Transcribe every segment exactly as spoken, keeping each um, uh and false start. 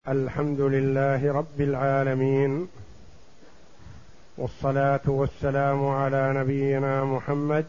الحمد لله رب العالمين، والصلاة والسلام على نبينا محمد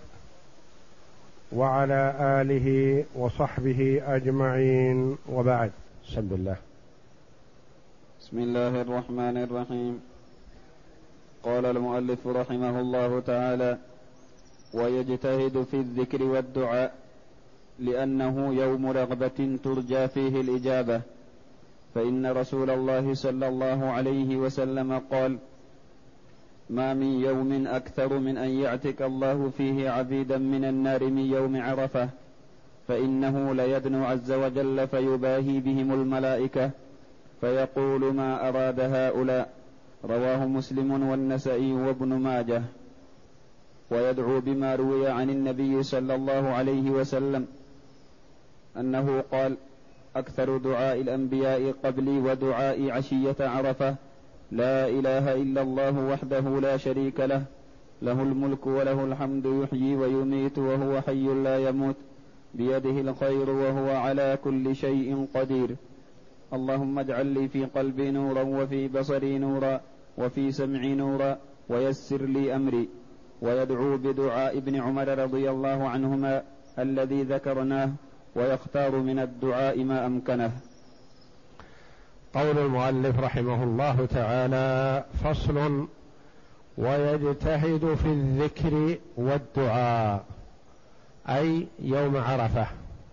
وعلى آله وصحبه أجمعين، وبعد. بسم الله. بسم الله الرحمن الرحيم. قال المؤلف رحمه الله تعالى: ويجتهد في الذكر والدعاء لأنه يوم رغبة ترجى فيه الإجابة، فإن رسول الله صلى الله عليه وسلم قال: ما من يوم أكثر من أن يعتق الله فيه عبيدا من النار من يوم عرفة، فإنه ليدنو عز وجل فيباهي بهم الملائكة فيقول: ما أراد هؤلاء. رواه مسلم والنسائي وابن ماجه. ويدعو بما روي عن النبي صلى الله عليه وسلم أنه قال: أكثر دعاء الأنبياء قبلي ودعاء عشية عرفة: لا إله إلا الله وحده لا شريك له، له الملك وله الحمد، يحيي ويميت وهو حي لا يموت، بيده الخير وهو على كل شيء قدير. اللهم اجعل لي في قلبي نورا وفي بصري نورا وفي سمعي نورا ويسر لي أمري. ويدعو بدعاء ابن عمر رضي الله عنهما الذي ذكرناه، ويختار من الدعاء ما أمكنه. قول المؤلف رحمه الله تعالى: فصل: ويجتهد في الذكر والدعاء، أي يوم عرفة.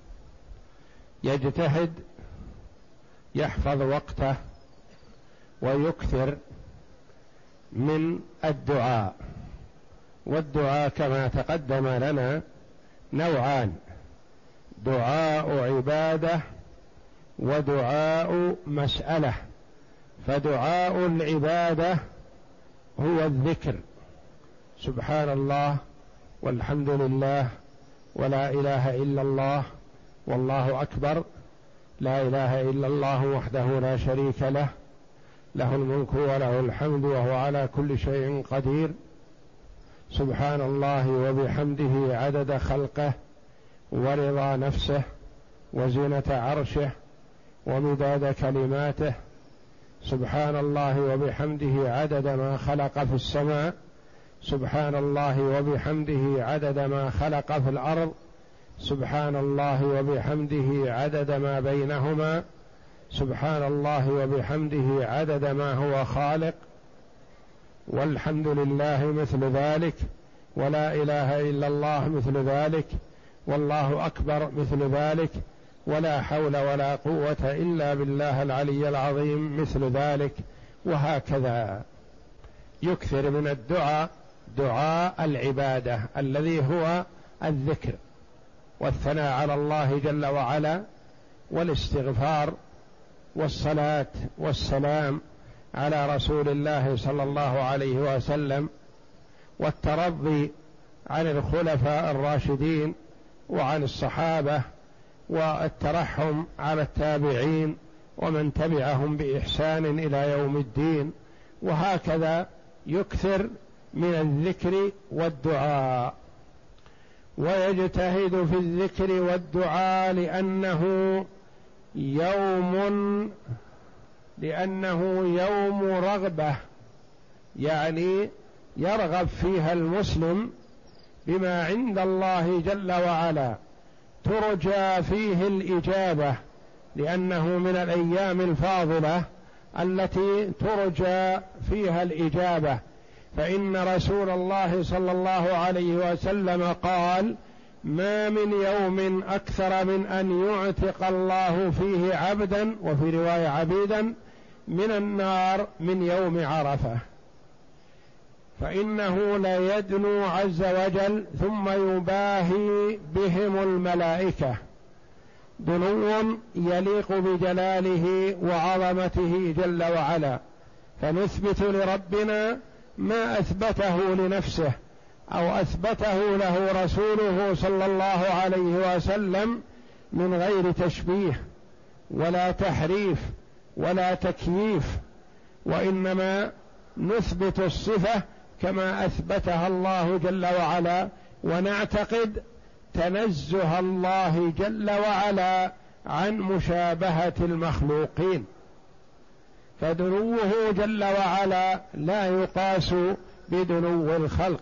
يجتهد يحفظ وقته ويكثر من الدعاء، والدعاء كما تقدم لنا نوعان: دعاء عبادة ودعاء مسألة. فدعاء العبادة هو الذكر: سبحان الله والحمد لله ولا إله إلا الله والله أكبر، لا إله إلا الله وحده لا شريك له، له الملك وله الحمد وهو على كل شيء قدير، سبحان الله وبحمده عدد خلقه ورضا نفسه وزنة عرشه ومداد كلماته، سبحان الله وبحمده عدد ما خلق في السماء، سبحان الله وبحمده عدد ما خلق في الأرض، سبحان الله وبحمده عدد ما بينهما، سبحان الله وبحمده عدد ما هو خالق، والحمد لله مثل ذلك، ولا إله إلا الله مثل ذلك، والله أكبر مثل ذلك، ولا حول ولا قوة إلا بالله العلي العظيم مثل ذلك، وهكذا. يكثر من الدعاء دعاء العبادة الذي هو الذكر والثناء على الله جل وعلا، والاستغفار، والصلاة والسلام على رسول الله صلى الله عليه وسلم، والترضي عن الخلفاء الراشدين وعن الصحابة، والترحم على التابعين ومن تبعهم بإحسان إلى يوم الدين، وهكذا يكثر من الذكر والدعاء. ويجتهد في الذكر والدعاء لأنه يوم لأنه يوم رغبة، يعني يرغب فيها المسلم بما عند الله جل وعلا، ترجى فيه الإجابة، لأنه من الأيام الفاضلة التي ترجى فيها الإجابة. فإن رسول الله صلى الله عليه وسلم قال: ما من يوم أكثر من أن يعتق الله فيه عبدا، وفي رواية عبيدا، من النار من يوم عرفة، فإنه لا يدنو عز وجل ثم يباهي بهم الملائكة دنو يليق بجلاله وعظمته جل وعلا. فنثبت لربنا ما أثبته لنفسه أو أثبته له رسوله صلى الله عليه وسلم من غير تشبيه ولا تحريف ولا تكييف، وإنما نثبت الصفة كما أثبتها الله جل وعلا، ونعتقد تنزه الله جل وعلا عن مشابهة المخلوقين. فدنوه جل وعلا لا يقاس بدنو الخلق.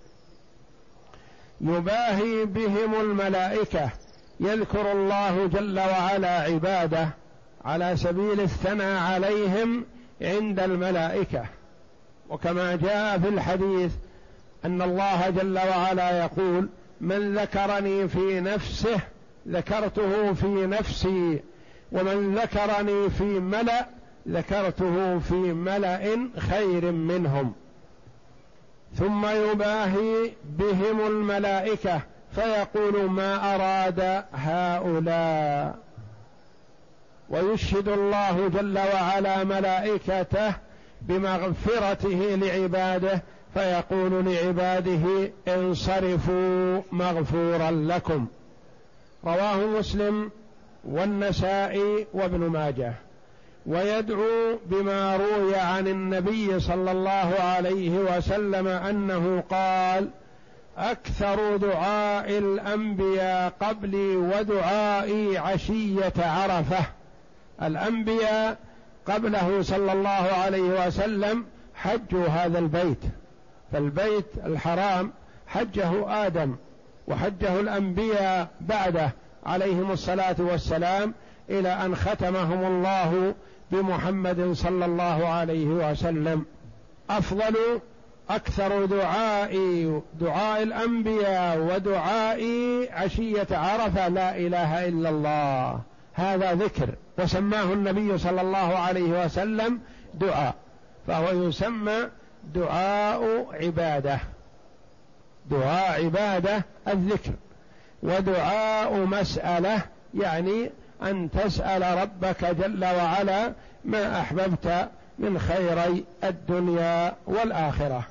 يباهي بهم الملائكة، يذكر الله جل وعلا عباده على سبيل الثناء عليهم عند الملائكة، وكما جاء في الحديث أن الله جل وعلا يقول: من ذكرني في نفسه ذكرته في نفسي، ومن ذكرني في ملأ ذكرته في ملأ خير منهم. ثم يباهي بهم الملائكة فيقول: ما أراد هؤلاء، ويشهد الله جل وعلا ملائكته بمغفرته لعباده، فيقول لعباده: انصرفوا مغفورا لكم. رواه مسلم والنسائي وابن ماجه. ويدعو بما روي عن النبي صلى الله عليه وسلم أنه قال: أكثر دعاء الأنبياء قبلي ودعائي عشية عرفة. الأنبياء قبله صلى الله عليه وسلم حجوا هذا البيت، فالبيت الحرام حجه آدم وحجه الأنبياء بعده عليهم الصلاة والسلام، إلى أن ختمهم الله بمحمد صلى الله عليه وسلم. أفضل أكثر دعائي دعاء الأنبياء ودعائي عشية عرفة لا إله إلا الله. هذا ذكر، وسماه النبي صلى الله عليه وسلم دعاء، فهو يسمى دعاء عبادة. دعاء عبادة الذكر، ودعاء مسألة يعني أن تسأل ربك جل وعلا ما أحببت من خيري الدنيا والآخرة.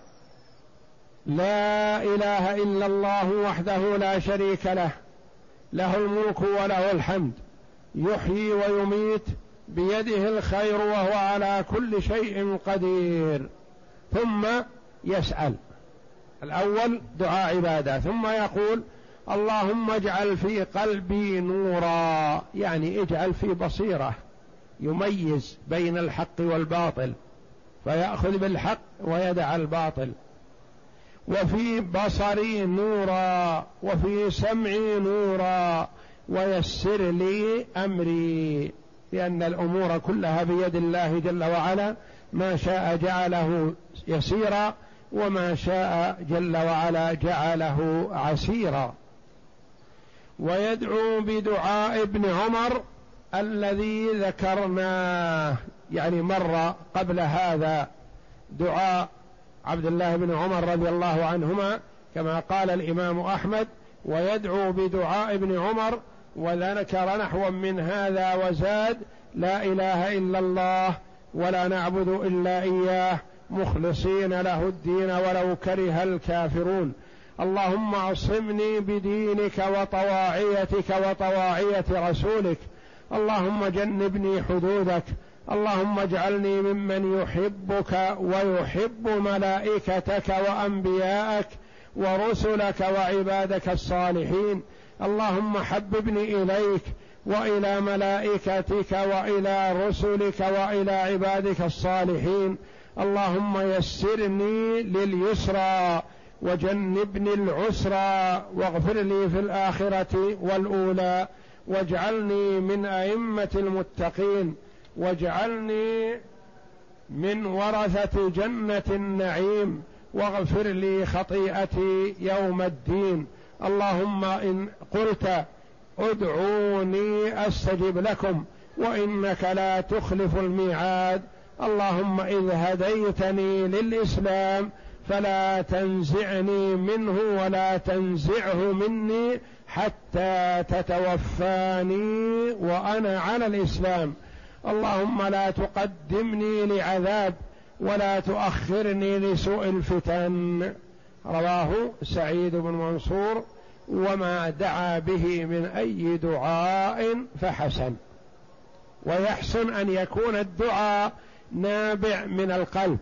لا إله إلا الله وحده لا شريك له، له الملك وله الحمد، يحيي ويميت، بيده الخير وهو على كل شيء قدير. ثم يسأل. الأول دعاء عبادة، ثم يقول: اللهم اجعل في قلبي نورا، يعني اجعل في بصيرة يميز بين الحق والباطل، فيأخذ بالحق ويدع الباطل. وفي بصري نورا، وفي سمعي نورا، ويسر لي أمري، لأن الأمور كلها بيد الله جل وعلا، ما شاء جعله يسيرا، وما شاء جل وعلا جعله عسيرا. ويدعو بدعاء ابن عمر الذي ذكرناه، يعني مر قبل هذا دعاء عبد الله بن عمر رضي الله عنهما، كما قال الإمام أحمد: ويدعو بدعاء ابن عمر، وذكر نحو من هذا وزاد: لا إله إلا الله ولا نعبد إلا إياه مخلصين له الدين ولو كره الكافرون. اللهم اعصمني بدينك وطواعيتك وطواعية رسولك. اللهم جنبني حدودك. اللهم اجعلني ممن يحبك ويحب ملائكتك وأنبياءك ورسلك وعبادك الصالحين. اللهم حببني إليك وإلى ملائكتك وإلى رسلك وإلى عبادك الصالحين. اللهم يسرني لليسرى وجنبني العسرى، واغفر لي في الآخرة والأولى، واجعلني من أئمة المتقين، واجعلني من ورثة جنة النعيم، واغفر لي خطيئتي يوم الدين. اللهم إن قلت ادعوني أستجب لكم وإنك لا تخلف الميعاد. اللهم إذ هديتني للإسلام فلا تنزعني منه ولا تنزعه مني حتى تتوفاني وأنا على الإسلام. اللهم لا تقدمني لعذاب ولا تؤخرني لسوء الفتن. رواه سعيد بن منصور. وما دعا به من أي دعاء فحسن. ويحسن أن يكون الدعاء نابع من القلب،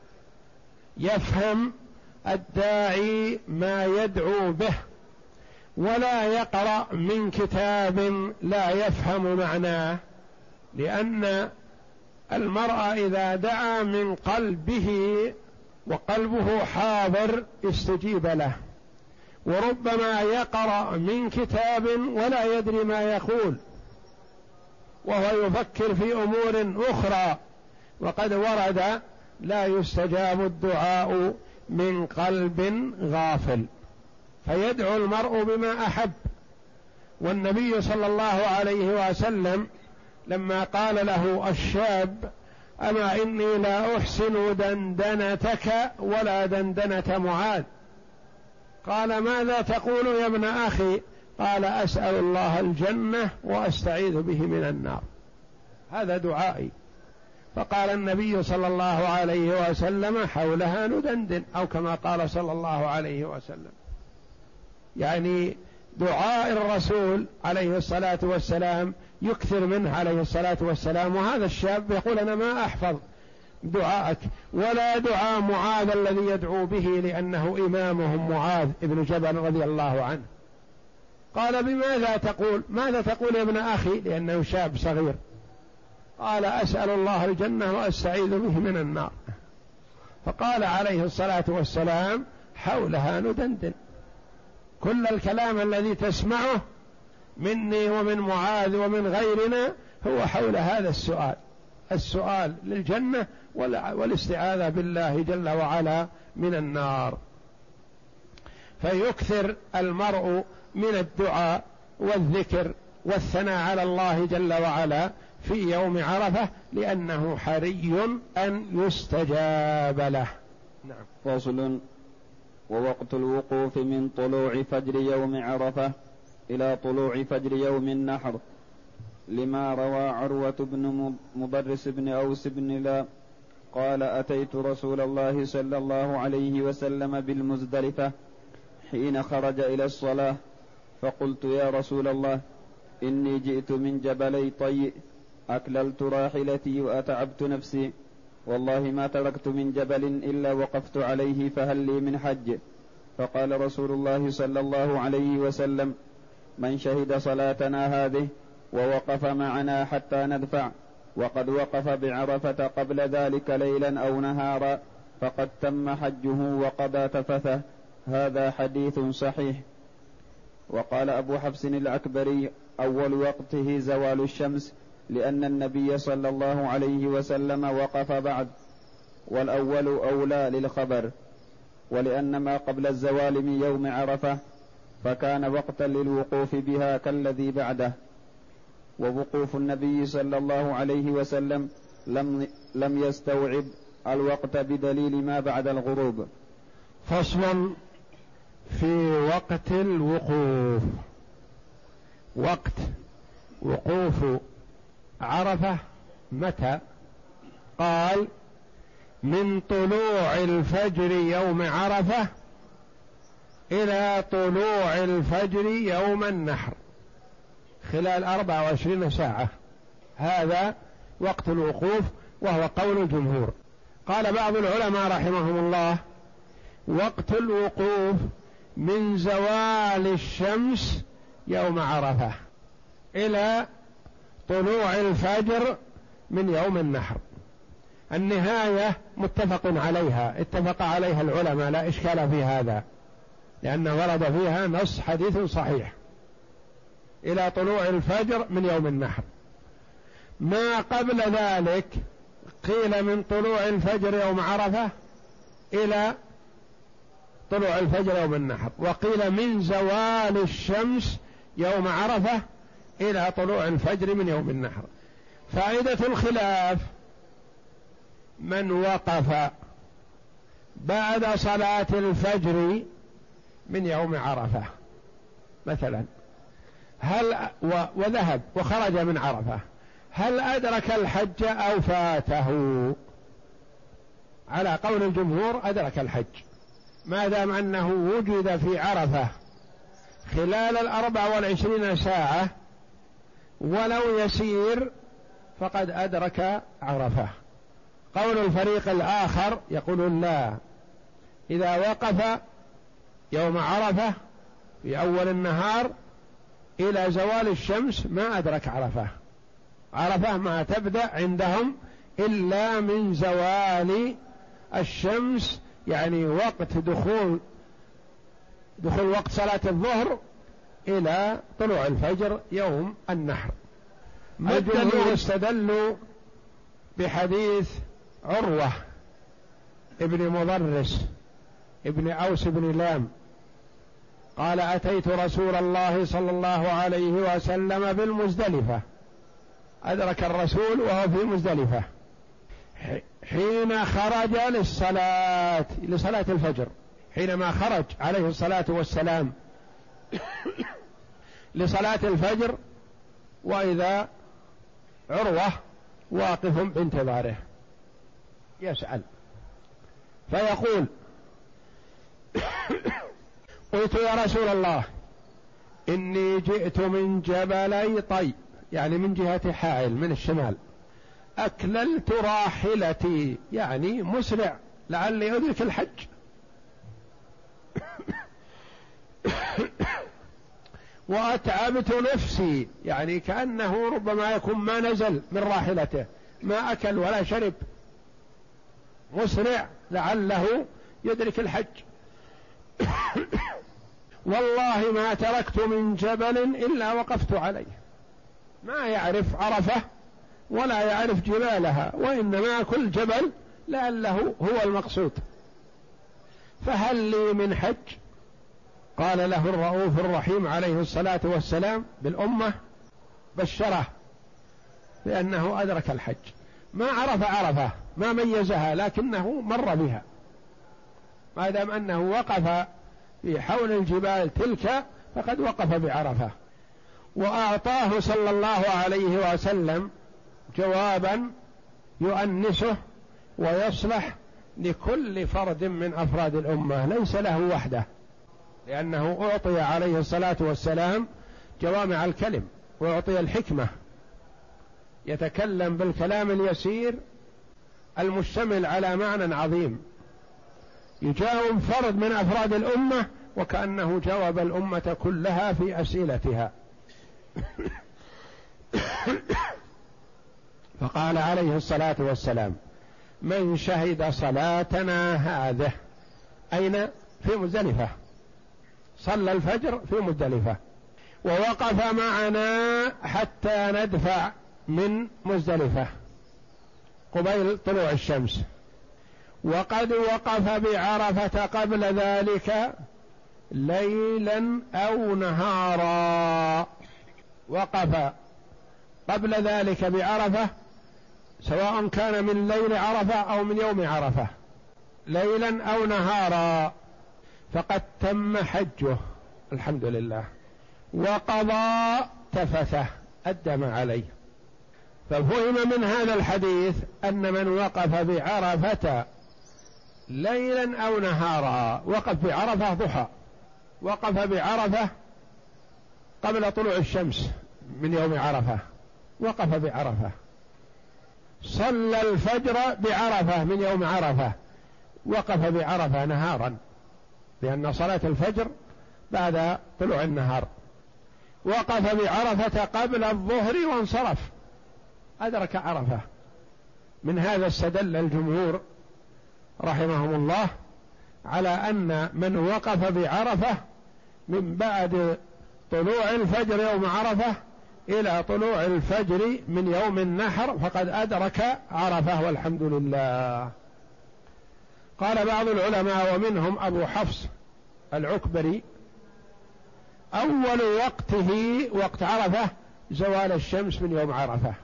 يفهم الداعي ما يدعو به، ولا يقرأ من كتاب لا يفهم معناه، لأن المرء إذا دعا من قلبه وقلبه حاضر استجيب له، وربما يقرأ من كتاب ولا يدري ما يقول وهو يفكر في أمور أخرى، وقد ورد لا يستجاب الدعاء من قلب غافل، فيدعو المرء بما أحب. والنبي صلى الله عليه وسلم لما قال له الشاب: أما إني لا أحسن دندنتك ولا دندنة معاذ، قال: ماذا تقول يا ابن أخي؟ قال: أسأل الله الجنة وأستعيذ به من النار، هذا دعائي. فقال النبي صلى الله عليه وسلم: حولها ندندن، أو كما قال صلى الله عليه وسلم. يعني دعاء الرسول عليه الصلاة والسلام يكثر منه عليه الصلاة والسلام. وهذا الشاب يقول: أنا ما أحفظ دعاءك ولا دعاء معاذ الذي يدعو به، لأنه إمامهم معاذ ابن جبل رضي الله عنه. قال: بماذا تقول؟ ماذا تقول يا ابن أخي؟ لأنه شاب صغير. قال: أسأل الله الجنة وأستعيذ به من النار. فقال عليه الصلاة والسلام: حولها ندندن، كل الكلام الذي تسمعه مني ومن معاذ ومن غيرنا هو حول هذا السؤال، السؤال للجنة والاستعاذة بالله جل وعلا من النار. فيكثر المرء من الدعاء والذكر والثناء على الله جل وعلا في يوم عرفة، لأنه حري أن يستجاب له. نعم. فصل: ووقت الوقوف من طلوع فجر يوم عرفة إلى طلوع فجر يوم النحر، لما روى عروة بن مبرس بن أوس بن لا قال: أتيت رسول الله صلى الله عليه وسلم بالمزدلفة حين خرج إلى الصلاة، فقلت: يا رسول الله، إني جئت من جبلي طي، أكللت راحلتي وأتعبت نفسي، والله ما تركت من جبل إلا وقفت عليه، فهل لي من حج؟ فقال رسول الله صلى الله عليه وسلم: من شهد صلاتنا هذه ووقف معنا حتى ندفع، وقد وقف بعرفة قبل ذلك ليلا أو نهارا، فقد تم حجه وقضى تفثه. هذا حديث صحيح. وقال أبو حفص العكبري: أول وقته زوال الشمس، لأن النبي صلى الله عليه وسلم وقف بعد، والأول أولى للخبر، ولأن ما قبل الزوال من يوم عرفة فكان وقتا للوقوف بها كالذي بعده، ووقوف النبي صلى الله عليه وسلم لم, لم يستوعب الوقت بدليل ما بعد الغروب. فصل في وقت الوقوف. وقت وقوف عرفة متى؟ قال: من طلوع الفجر يوم عرفة إلى طلوع الفجر يوم النحر، خلال أربع وعشرين ساعة، هذا وقت الوقوف، وهو قول الجمهور. قال بعض العلماء رحمهم الله: وقت الوقوف من زوال الشمس يوم عرفة إلى طلوع الفجر من يوم النحر. النهاية متفق عليها، اتفق عليها العلماء، لا إشكال في هذا، لأن ورد فيها نص حديث صحيح، إلى طلوع الفجر من يوم النحر. ما قبل ذلك قيل من طلوع الفجر يوم عرفة إلى طلوع الفجر يوم النحر، وقيل من زوال الشمس يوم عرفة إلى طلوع الفجر من يوم النحر. فائدة الخلاف: من وقف بعد صلاة الفجر من يوم عرفة مثلا، هل وذهب وخرج من عرفة، هل أدرك الحج أو فاته؟ على قول الجمهور أدرك الحج، ما دام أنه وجد في عرفة خلال الأربع والعشرين ساعة ولو يسير فقد أدرك عرفة. قول الفريق الآخر يقول: لا، إذا وقف يوم عرفة في أول النهار إلى زوال الشمس ما أدرك عرفة. عرفة ما تبدأ عندهم إلا من زوال الشمس، يعني وقت دخول دخول وقت صلاة الظهر إلى طلوع الفجر يوم النحر. الجمهور استدلوا بحديث عروة ابن مضرس ابن أوس بن لام قال: أتيت رسول الله صلى الله عليه وسلم بالمزدلفة، أدرك الرسول وهو في مزدلفة حين خرج للصلاة لصلاة الفجر، حينما خرج عليه الصلاة والسلام لصلاة الفجر، وإذا عروة واقف بانتظاره يسأل فيقول: قلت يا رسول الله إني جئت من جبلي طي، يعني من جهة حائل من الشمال، أكللت راحلتي، يعني مسرع لعلي أدرك الحج، وأتعبت نفسي، يعني كأنه ربما يكون ما نزل من راحلته، ما أكل ولا شرب، مسرع لعله يدرك الحج. والله ما تركت من جبل إلا وقفت عليه، ما يعرف عرفة ولا يعرف جبالها، وإنما كل جبل لعله هو المقصود، فهل لي من حج؟ قال له الرؤوف الرحيم عليه الصلاة والسلام بالأمة، بشره بأنه أدرك الحج، ما عرف عرفة، ما ميزها، لكنه مر بها، ما دام أنه وقف في حول الجبال تلك فقد وقف بعرفة. وأعطاه صلى الله عليه وسلم جوابا يؤنسه ويصلح لكل فرد من أفراد الأمة، ليس له وحده، لأنه أعطي عليه الصلاة والسلام جوامع الكلم، وأعطي الحكمة، يتكلم بالكلام اليسير المشتمل على معنى عظيم، يجاوب فرد من أفراد الأمة وكأنه جاوب الأمة كلها في أسئلتها. فقال عليه الصلاة والسلام: من شهد صلاتنا هذه، أين؟ في مزدلفة، صلى الفجر في مزدلفة، ووقف معنا حتى ندفع من مزدلفة قبيل طلوع الشمس، وقد وقف بعرفة قبل ذلك ليلا أو نهارا، وقف قبل ذلك بعرفة سواء كان من ليل عرفة أو من يوم عرفة، ليلا أو نهارا، فقد تم حجه الحمد لله، وقضى تفثه أدى ما عليه. ففهم من هذا الحديث أن من وقف بعرفة ليلا أو نهارا، وقف بعرفة ضحى، وقف بعرفة قبل طلوع الشمس من يوم عرفة، وقف بعرفة، صلى الفجر بعرفة من يوم عرفة، وقف بعرفة نهارا، لأن صلاة الفجر بعد طلوع النهار، وقف بعرفة قبل الظهر وانصرف، أدرك عرفة. من هذا استدل الجمهور رحمهم الله على أن من وقف بعرفة من بعد طلوع الفجر يوم عرفة إلى طلوع الفجر من يوم النحر فقد أدرك عرفة والحمد لله. قال بعض العلماء ومنهم أبو حفص العكبري: أول وقته وقت عرفة زوال الشمس من يوم عرفة،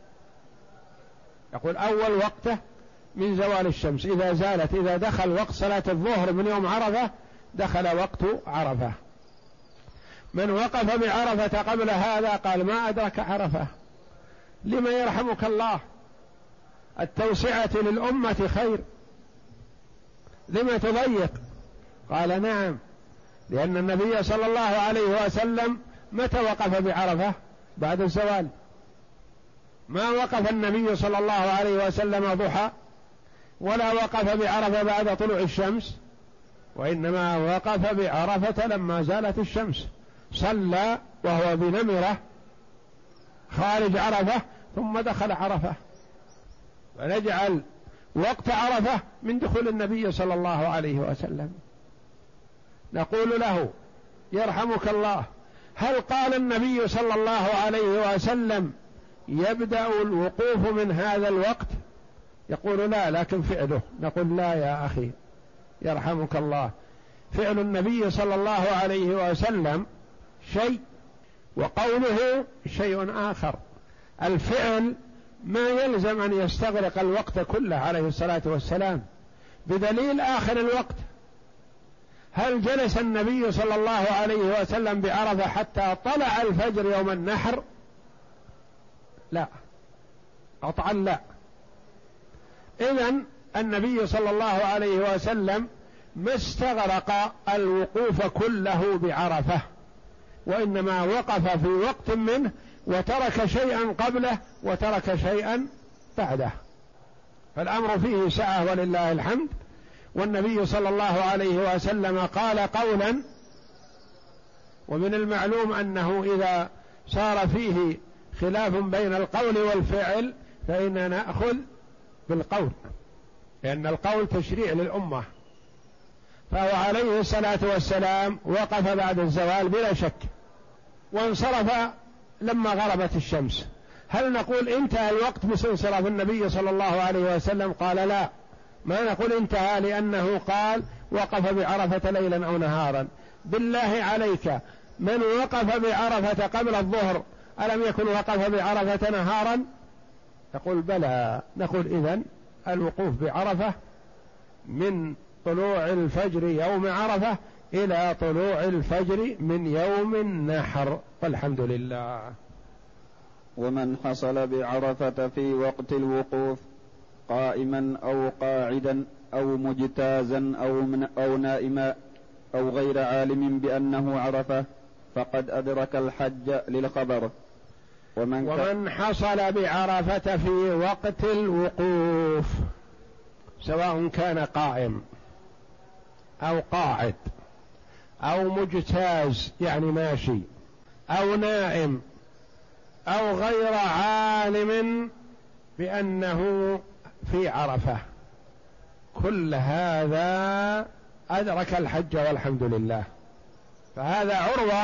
يقول أول وقته من زوال الشمس، إذا زالت، إذا دخل وقت صلاة الظهر من يوم عرفة دخل وقت عرفة. من وقف بعرفة قبل هذا قال ما أدرك عرفة. لما يرحمك الله؟ التوسعة للأمة خير، لما تضيق؟ قال نعم، لأن النبي صلى الله عليه وسلم متى وقف بعرفة؟ بعد الزوال. ما وقف النبي صلى الله عليه وسلم ضحى، ولا وقف بعرفة بعد طلوع الشمس، وإنما وقف بعرفة لما زالت الشمس، صلى وهو بنمرة خارج عرفة ثم دخل عرفة. فنجعل وقت عرفة من دخول النبي صلى الله عليه وسلم. نقول له يرحمك الله، هل قال النبي صلى الله عليه وسلم يبدأ الوقوف من هذا الوقت؟ يقول لا، لكن فعله. نقول لا يا أخي يرحمك الله، فعل النبي صلى الله عليه وسلم شيء وقوله شيء آخر. الفعل ما يلزم أن يستغرق الوقت كله عليه الصلاة والسلام، بدليل آخر الوقت. هل جلس النبي صلى الله عليه وسلم بعرفة حتى طلع الفجر يوم النحر؟ لا، قطعا لا. إذن النبي صلى الله عليه وسلم ما استغرق الوقوف كله بعرفة، وإنما وقف في وقت منه وترك شيئا قبله وترك شيئا بعده، فالأمر فيه سعة ولله الحمد. والنبي صلى الله عليه وسلم قال قولا، ومن المعلوم أنه إذا صار فيه خلاف بين القول والفعل فإننا نأخذ بالقول، لأن القول تشريع للأمة. فهو عليه الصلاة والسلام وقف بعد الزوال بلا شك، وانصرف لما غربت الشمس. هل نقول انتهى الوقت بانصراف النبي صلى الله عليه وسلم؟ قال لا، ما نقول انتهى، لأنه قال وقف بعرفة ليلا أو نهارا. بالله عليك، من وقف بعرفة قبل الظهر ألم يكن وقف بعرفة نهارا؟ نقول بلى. نقول إذن الوقوف بعرفة من طلوع الفجر يوم عرفة إلى طلوع الفجر من يوم النحر، والحمد لله. ومن حصل بعرفة في وقت الوقوف قائما أو قاعدا أو مجتازا أو, من أو نائما أو غير عالم بأنه عرفة فقد أدرك الحج للخبر. ومن, ومن حصل بعرفة في وقت الوقوف سواء كان قائم أو قاعد أو مجتاز يعني ماشي أو نائم أو غير عالم بأنه في عرفة، كل هذا أدرك الحج والحمد لله. فهذا عروة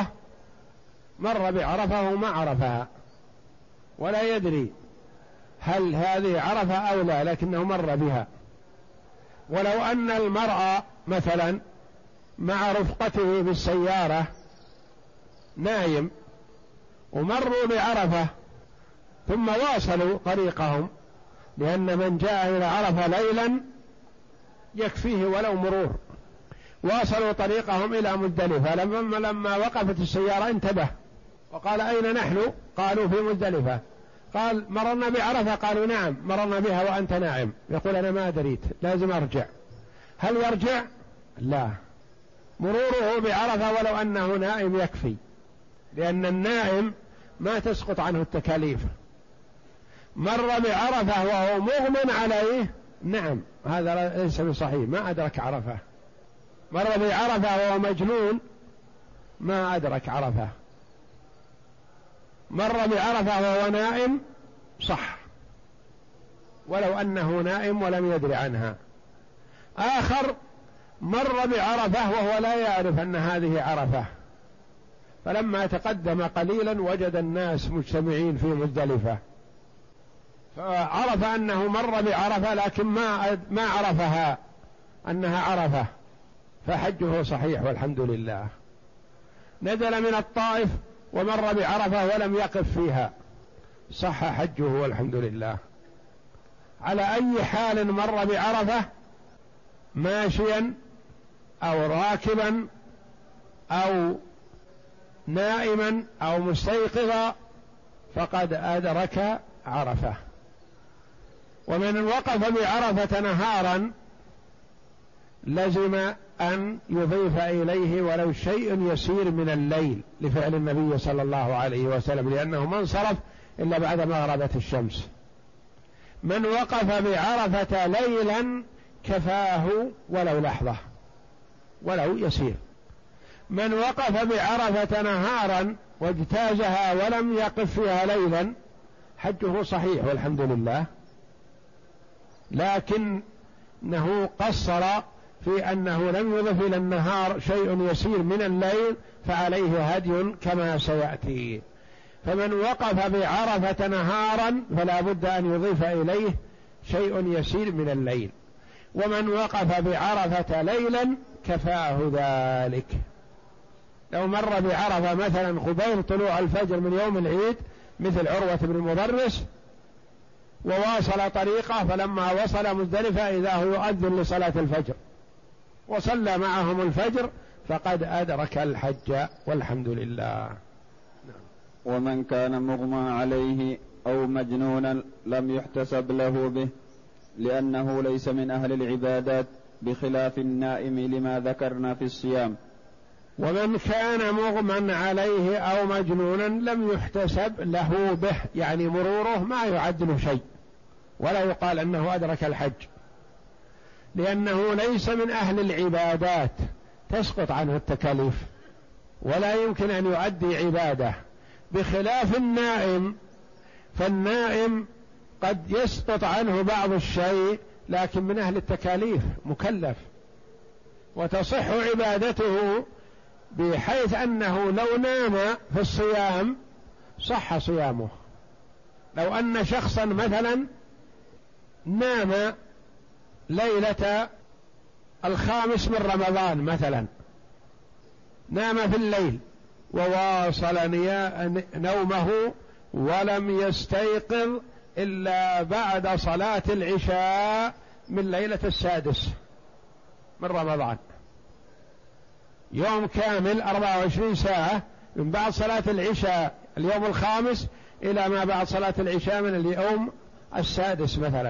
مر بعرفة وما عرفها ولا يدري هل هذه عرفة أو لا، لكنه مر بها. ولو أن المرأة مثلا مع رفقته بالسيارة نايم ومروا بعرفة ثم واصلوا طريقهم، لأن من جاء إلى عرفة ليلا يكفيه ولو مرور، واصلوا طريقهم إلى مزدلفة. لما, لما وقفت السيارة انتبه وقال أين نحن؟ قالوا في مزدلفة. قال مررنا بعرفة؟ قالوا نعم مررنا بها وأنت نائم. يقول أنا ما دريت، لازم أرجع. هل يرجع؟ لا، مروره بعرفة ولو أنه نائم يكفي، لأن النائم ما تسقط عنه التكاليف. مر بعرفة وهو مغمى عليه، نعم هذا ليس بصحيح، ما أدرك عرفة. مر بعرفة وهو مجنون، ما أدرك عرفة. مر بعرفة وهو نائم، صح، ولو أنه نائم ولم يدري عنها. آخر مر بعرفة وهو لا يعرف أن هذه عرفة، فلما تقدم قليلا وجد الناس مجتمعين في مزدلفة، فعرف أنه مر بعرفة لكن ما ما عرفها أنها عرفة، فحجه صحيح والحمد لله. نزل من الطائف ومر بعرفة ولم يقف فيها، صح حجه والحمد لله. على أي حال مر بعرفة، ماشيا أو راكبا أو نائما أو مستيقظا، فقد أدرك عرفة. ومن وقف بعرفة نهارا لزم أن يضيف إليه ولو شيء يسير من الليل، لفعل النبي صلى الله عليه وسلم، لأنه ما انصرف إلا بعد ما غربت الشمس. من وقف بعرفة ليلا كفاه ولو لحظة ولو يسير. من وقف بعرفة نهارا واجتازها ولم يقف فيها ليلا حجه صحيح والحمد لله. لكنه قصر في أنه لم يضف إلى النهار شيء يسير من الليل فعليه هدي كما سيأتي. فمن وقف بعرفة نهارا فلا بد أن يضيف إليه شيء يسير من الليل، ومن وقف بعرفة ليلا كفاه ذلك. لو مر بعرفة مثلا قبيل طلوع الفجر من يوم العيد مثل عروة بن المضرس وواصل طريقه، فلما وصل مزدلفة إذا هو يؤذن لصلاة الفجر وصلى معهم الفجر فقد أدرك الحج والحمد لله. ومن كان مغمى عليه أو مجنونا لم يحتسب له به، لأنه ليس من أهل العبادات، بخلاف النائم لما ذكرنا في الصيام. ومن كان مغمى عليه أو مجنونا لم يحتسب له به، يعني مروره ما يعد له شيء ولا يقال أنه أدرك الحج، لأنه ليس من أهل العبادات تسقط عنه التكاليف ولا يمكن أن يؤدي عبادة، بخلاف النائم، فالنائم قد يسقط عنه بعض الشيء لكن من أهل التكاليف مكلف وتصح عبادته، بحيث أنه لو نام في الصيام صح صيامه. لو أن شخصا مثلا نام ليلة الخامس من رمضان مثلا، نام في الليل وواصل نومه ولم يستيقظ إلا بعد صلاة العشاء من ليلة السادس من رمضان، يوم كامل أربعة وعشرين ساعة من بعد صلاة العشاء اليوم الخامس إلى ما بعد صلاة العشاء من اليوم السادس مثلا،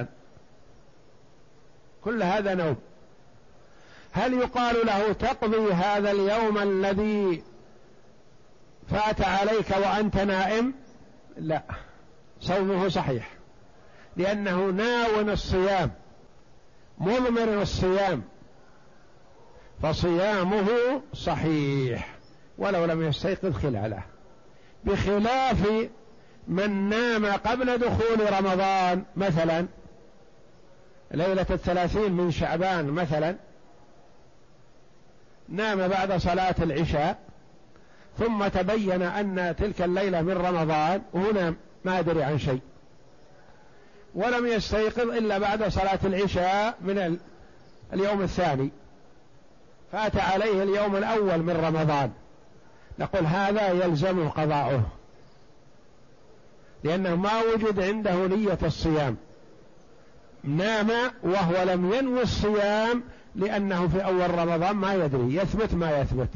كل هذا نوم. هل يقال له تقضي هذا اليوم الذي فات عليك وأنت نائم؟ لا، صومه صحيح، لأنه ناون الصيام مضمر الصيام، فصيامه صحيح ولو لم يستيقظ خلاله، بخلاف من نام قبل دخول رمضان مثلا ليلة الثلاثين من شعبان مثلا، نام بعد صلاة العشاء ثم تبين أن تلك الليلة من رمضان وهنا ما أدري عن شيء، ولم يستيقظ إلا بعد صلاة العشاء من اليوم الثاني، فات عليه اليوم الأول من رمضان، نقول هذا يلزمه قضاؤه، لأنه ما وجد عنده نية الصيام، نام وهو لم ينوي الصيام، لأنه في أول رمضان ما يدري يثبت ما يثبت.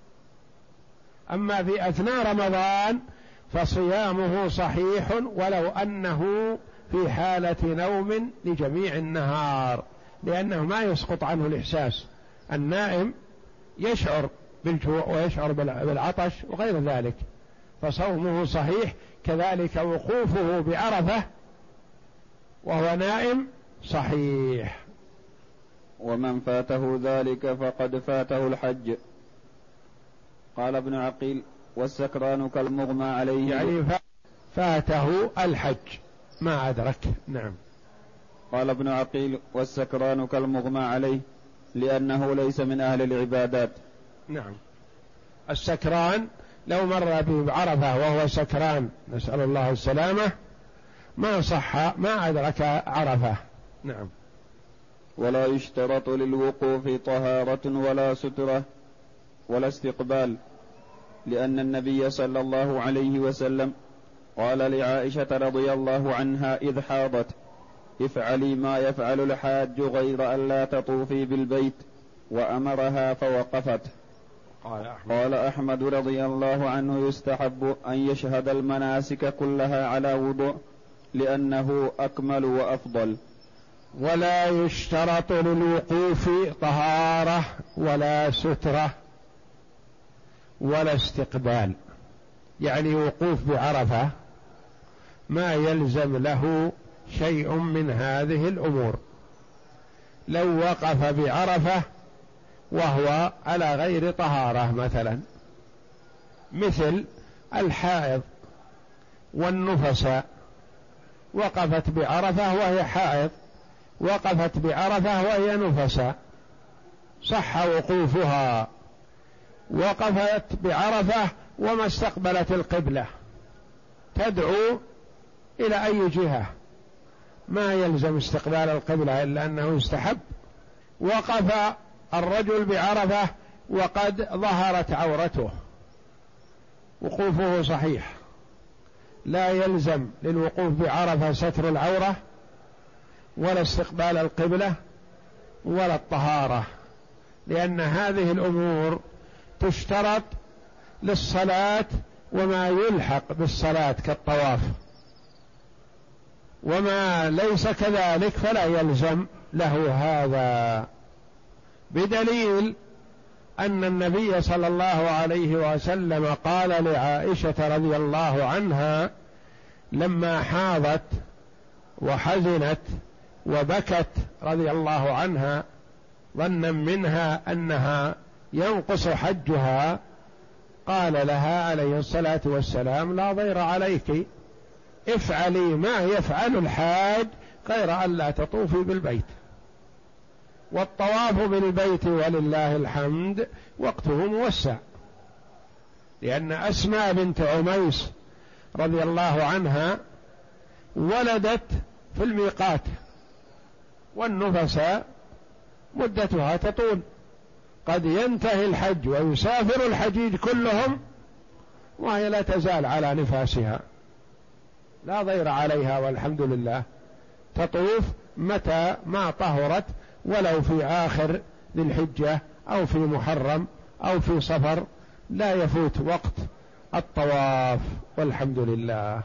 أما في أثناء رمضان فصيامه صحيح ولو أنه في حالة نوم لجميع النهار، لأنه ما يسقط عنه الإحساس. النائم يشعر بالجوع ويشعر بالعطش وغير ذلك، فصومه صحيح. كذلك وقوفه بعرفة وهو نائم صحيح. ومن فاته ذلك فقد فاته الحج. قال ابن عقيل: والسكران كالمغمى عليه، يعني فاته الحج ما أدرك. نعم. قال ابن عقيل: والسكران كالمغمى عليه، لأنه ليس من أهل العبادات. نعم. السكران لو مر بعرفة وهو سكران، نسأل الله السلامة، ما صح، ما أدرك عرفة. نعم. ولا يشترط للوقوف طهارة ولا سترة ولا استقبال، لأن النبي صلى الله عليه وسلم قال لعائشة رضي الله عنها إذ حاضت: افعلي ما يفعل الحاج غير أن لا تطوفي بالبيت، وأمرها فوقفت. قال أحمد, قال أحمد رضي الله عنه: يستحب أن يشهد المناسك كلها على وضوء، لأنه أكمل وأفضل. ولا يشترط للوقوف طهارة ولا سترة ولا استقبال، يعني وقوف بعرفة ما يلزم له شيء من هذه الأمور. لو وقف بعرفة وهو على غير طهارة مثلا، مثل الحائض والنفساء، وقفت بعرفة وهي حائض وقفت بعرفة وهي نفساء صح وقوفها، وقفت بعرفة وما استقبلت القبلة تدعو إلى أي جهة، ما يلزم استقبال القبلة إلا أنه يستحب. وقف الرجل بعرفة وقد ظهرت عورته، وقوفه صحيح، لا يلزم للوقوف بعرفة ستر العورة ولا استقبال القبلة ولا الطهارة، لأن هذه الأمور تشترط للصلاة وما يلحق بالصلاة كالطواف، وما ليس كذلك فلا يلزم له هذا، بدليل أن النبي صلى الله عليه وسلم قال لعائشة رضي الله عنها لما حاضت وحزنت وبكت رضي الله عنها ظنا منها أنها ينقص حجها، قال لها عليه الصلاة والسلام: لا ضير عليك، افعلي ما يفعل الحاج غير أن لا تطوفي بالبيت. والطواف بالبيت ولله الحمد وقته موسع، لأن أسماء بنت عميس رضي الله عنها ولدت في الميقات، والنفساء مدتها تطول، قد ينتهي الحج ويسافر الحجيج كلهم وهي لا تزال على نفاسها، لا ضير عليها والحمد لله، تطوف متى ما طهرت، ولو في آخر ذي الحجة أو في محرم أو في صفر، لا يفوت وقت الطواف والحمد لله.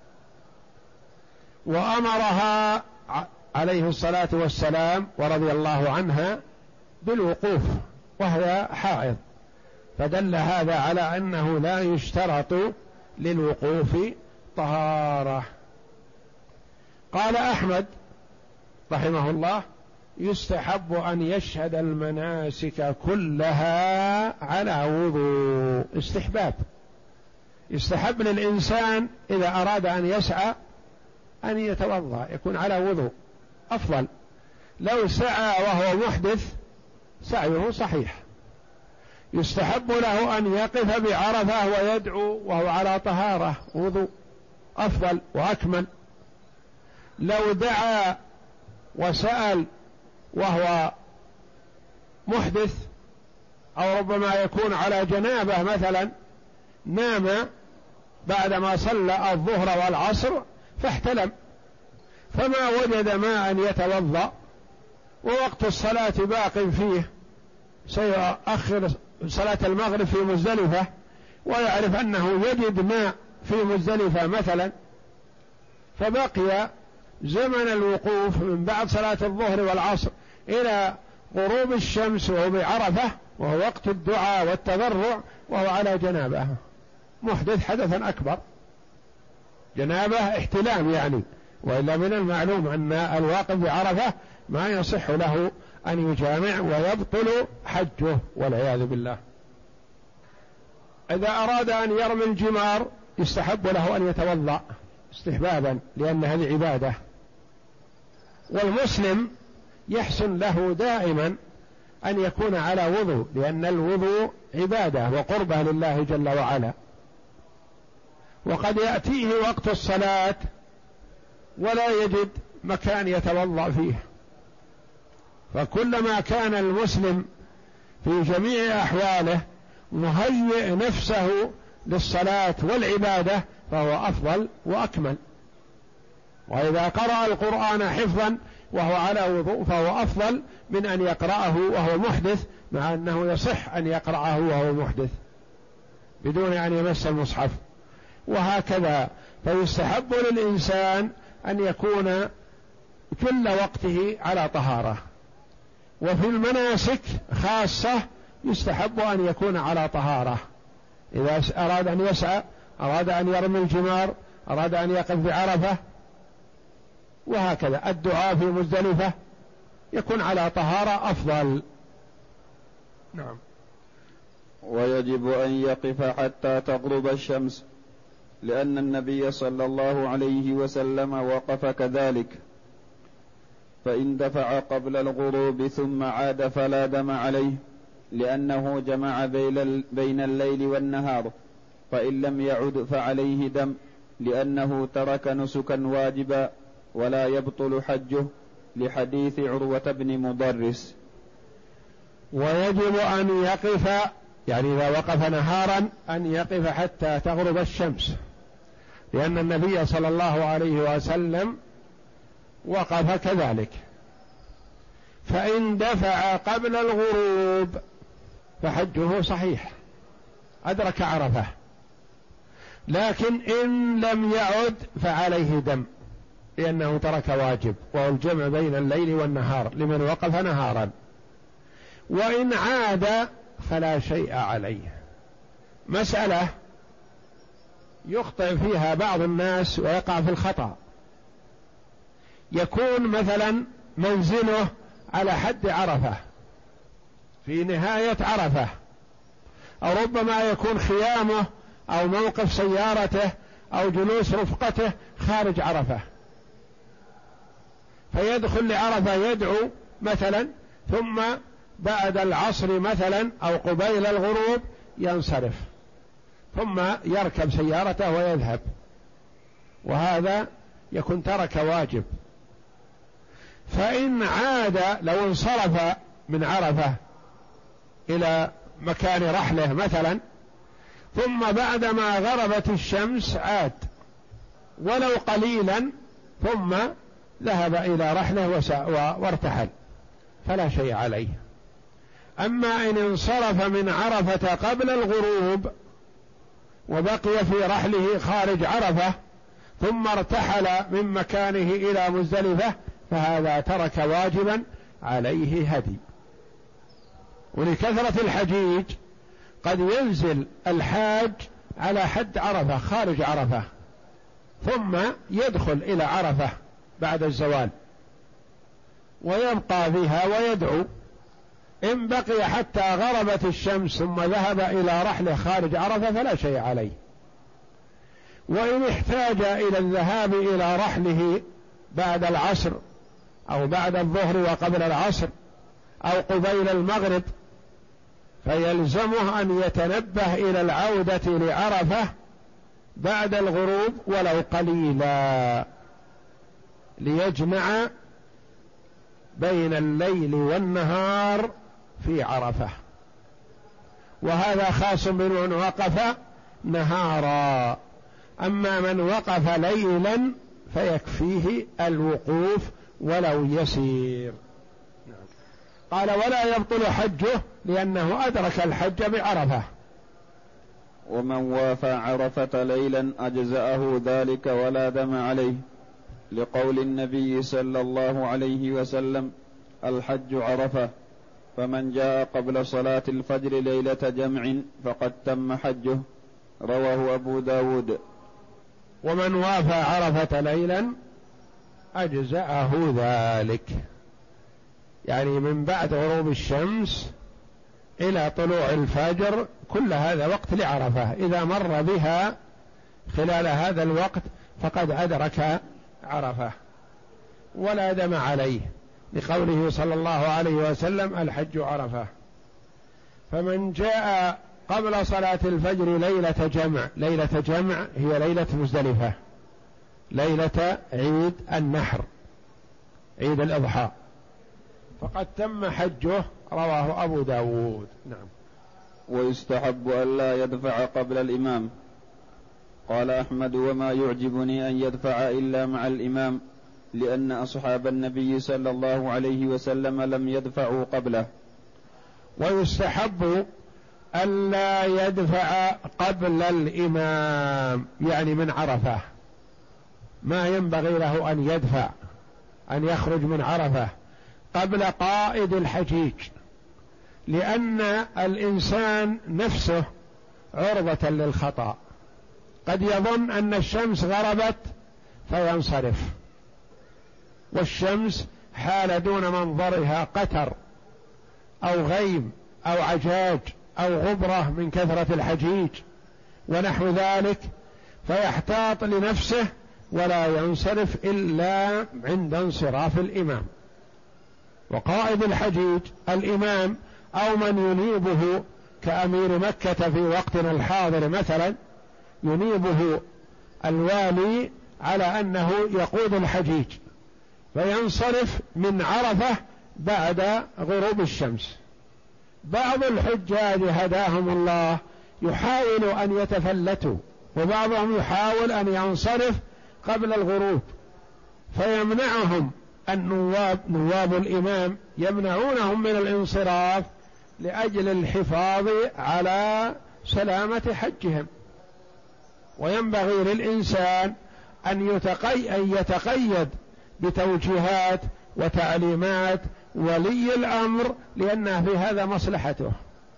وأمرها عليه الصلاة والسلام ورضي الله عنها بالوقوف وهي حائض، فدل هذا على أنه لا يشترط للوقوف طهارة. قال أحمد رحمه الله: يستحب أن يشهد المناسك كلها على وضوء. استحباب، يستحب للإنسان إذا أراد أن يسعى أن يتوضأ يكون على وضوء أفضل. لو سعى وهو محدث سعيه صحيح. يستحب له أن يقف بعرفة ويدعو وهو على طهارة وضوء أفضل وأكمل. لو دعا وسأل وهو محدث أو ربما يكون على جنابه مثلا، نام بعدما صلى الظهر والعصر فاحتلم فما وجد ماء يتوضأ ووقت الصلاة باق فيه، سيؤخر صلاة المغرب في مزدلفة ويعرف أنه يجد ماء في مزدلفة مثلا، فبقي زمن الوقوف من بعد صلاة الظهر والعصر إلى غروب الشمس وهو بعرفة، وهو وقت الدعاء والتضرع، وهو على جنابه محدث حدثا أكبر، جنابه احتلام يعني، وإلا من المعلوم أن الواقف بعرفة ما يصح له أن يجامع ويبطل حجه والعياذ بالله. إذا أراد أن يرمي الجمار يستحب له أن يتوضأ استحبابا، لأن هذه عبادة، والمسلم يحسن له دائما أن يكون على وضوء، لأن الوضوء عبادة وقربة لله جل وعلا. وقد يأتيه وقت الصلاة ولا يجد مكان يتوضأ فيه، فكلما كان المسلم في جميع أحواله مهيئ نفسه للصلاة والعبادة فهو أفضل وأكمل. وإذا قرأ القرآن حفظا وهو على وضوء فهو أفضل من أن يقرأه وهو محدث، مع أنه يصح أن يقرأه وهو محدث بدون أن يمس المصحف. وهكذا فيستحب للإنسان أن يكون كل وقته على طهارة. وفي المناسك خاصة يستحب أن يكون على طهارة، إذا أراد أن يسعى، أراد أن يرمي الجمار، أراد أن يقف بعرفة، وهكذا الدعاء في مزدلفة يكون على طهارة أفضل. نعم. ويجب أن يقف حتى تغرب الشمس، لأن النبي صلى الله عليه وسلم وقف كذلك. فإن دفع قبل الغروب ثم عاد فلا دم عليه، لأنه جمع بين الليل والنهار. فإن لم يعد فعليه دم، لأنه ترك نسكا واجبا ولا يبطل حجه، لحديث عروة بن مضرس. ويجب أن يقف، يعني إذا وقف نهارا أن يقف حتى تغرب الشمس، لأن النبي صلى الله عليه وسلم وقف كذلك. فإن دفع قبل الغروب فحجه صحيح، أدرك عرفة. لكن إن لم يعد فعليه دم، لأنه ترك واجب، وهو الجمع بين الليل والنهار لمن وقف نهارا. وإن عاد فلا شيء عليه. مسألة يخطئ فيها بعض الناس ويقع في الخطأ، يكون مثلا منزله على حد عرفة في نهاية عرفة، أو ربما يكون خيامه أو موقف سيارته أو جلوس رفقته خارج عرفة، فيدخل لعرفة يدعو مثلا، ثم بعد العصر مثلا أو قبيل الغروب ينصرف، ثم يركب سيارته ويذهب، وهذا يكون ترك واجب. فإن عاد لو انصرف من عرفة إلى مكان رحله مثلا، ثم بعدما غربت الشمس عاد ولو قليلا، ثم ذهب إلى رحله وارتحل فلا شيء عليه. أما إن انصرف من عرفة قبل الغروب وبقي في رحله خارج عرفة ثم ارتحل من مكانه إلى مزدلفة، فهذا ترك واجبا عليه هدي. ولكثرة الحجيج قد ينزل الحاج على حد عرفة خارج عرفة، ثم يدخل إلى عرفة بعد الزوال ويبقى بها ويدعو. إن بقي حتى غربت الشمس ثم ذهب إلى رحله خارج عرفة فلا شيء عليه. وإن احتاج إلى الذهاب إلى رحله بعد العصر أو بعد الظهر وقبل العصر أو قبيل المغرب، فيلزمه أن يتنبه إلى العودة لعرفة بعد الغروب ولو قليلا، ليجمع بين الليل والنهار في عرفة. وهذا خاص بمن وقف نهارا. أما من وقف ليلا فيكفيه الوقوف ولو يسير. قال ولا يبطل حجه، لأنه أدرك الحج بعرفة. ومن وافى عرفة ليلا أجزأه ذلك ولا دم عليه، لقول النبي صلى الله عليه وسلم: الحج عرفة، فمن جاء قبل صلاة الفجر ليلة جمع فقد تم حجه. رواه أبو داود. ومن وافى عرفة ليلا أجزأه ذلك، يعني من بعد غروب الشمس إلى طلوع الفجر كل هذا وقت لعرفة، إذا مر بها خلال هذا الوقت فقد أدرك عرفة ولا دم عليه، لقوله صلى الله عليه وسلم: الحج عرفة. فمن جاء قبل صلاة الفجر ليلة جمع، ليلة جمع هي ليلة مزدلفة، ليلة عيد النحر، عيد الأضحى، فقد تم حجه. رواه أبو داود. نعم. ويستحب أن لا يدفع قبل الإمام. قال أحمد: وما يعجبني أن يدفع إلا مع الإمام، لأن أصحاب النبي صلى الله عليه وسلم لم يدفعوا قبله. ويستحب ألا يدفع قبل الإمام، يعني من عرفة، ما ينبغي له أن يدفع، أن يخرج من عرفة قبل قائد الحجيج، لأن الإنسان نفسه عرضة للخطأ، قد يظن أن الشمس غربت فينصرف، والشمس حال دون منظرها قتر أو غيم أو عجاج أو غبرة من كثرة الحجيج ونحو ذلك، فيحتاط لنفسه ولا ينصرف إلا عند انصراف الإمام. وقائد الحجيج الإمام أو من ينيبه كأمير مكة في وقتنا الحاضر مثلا، ينيبه الوالي على أنه يقود الحجيج، فينصرف من عرفة بعد غروب الشمس. بعض الحجاج هداهم الله يحاول أن يتفلتوا، وبعضهم يحاول أن ينصرف قبل الغروب، فيمنعهم النواب نواب الإمام يمنعونهم من الانصراف لأجل الحفاظ على سلامة حجهم. وينبغي للإنسان أن يتقي أن يتقيد بتوجيهات وتعليمات ولي الأمر، لأن في هذا مصلحته.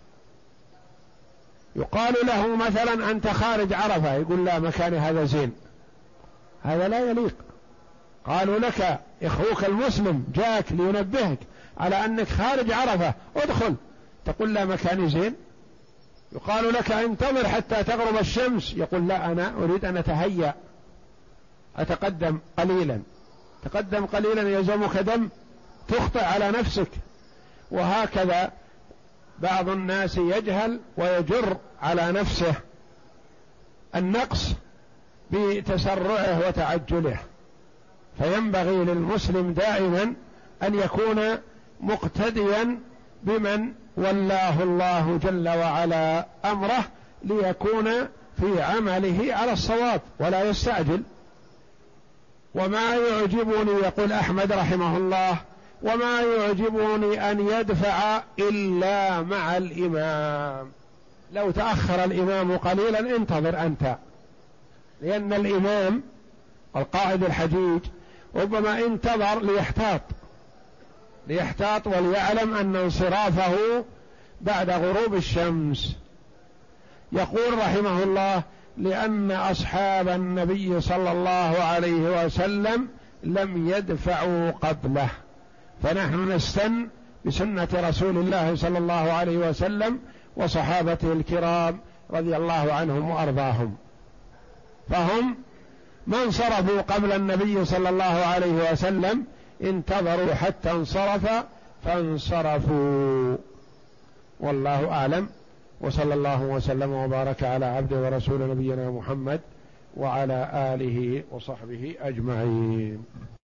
يقال له مثلا أنت خارج عرفة، يقول لا مكاني هذا زين، هذا لا يليق. قالوا لك إخوك المسلم جاك لينبهك على أنك خارج عرفة، ادخل، تقول لا مكاني زين. يقال لك انتظر حتى تغرب الشمس، يقول لا أنا أريد أن أتهيأ أتقدم قليلا. تقدم قليلا يلزمك دم، تخطئ على نفسك. وهكذا بعض الناس يجهل ويجر على نفسه النقص بتسرعه وتعجله. فينبغي للمسلم دائما أن يكون مقتديا بمن ولاه الله جل وعلا أمره، ليكون في عمله على الصواب ولا يستعجل. وما يعجبني، يقول أحمد رحمه الله، وما يعجبني أن يدفع إلا مع الإمام. لو تأخر الإمام قليلا انتظر أنت، لأن الإمام القائد الحجيج ربما انتظر ليحتاط ليحتاط وليعلم أن انصرافه بعد غروب الشمس. يقول رحمه الله: لأن أصحاب النبي صلى الله عليه وسلم لم يدفعوا قبله، فنحن نستن بسنة رسول الله صلى الله عليه وسلم وصحابته الكرام رضي الله عنهم وأرضاهم. فهم من صرفوا قبل النبي صلى الله عليه وسلم انتظروا حتى انصرف فانصرفوا. والله أعلم، وصلى الله وسلم وبارك على عبده ورسول نبينا محمد وعلى آله وصحبه أجمعين.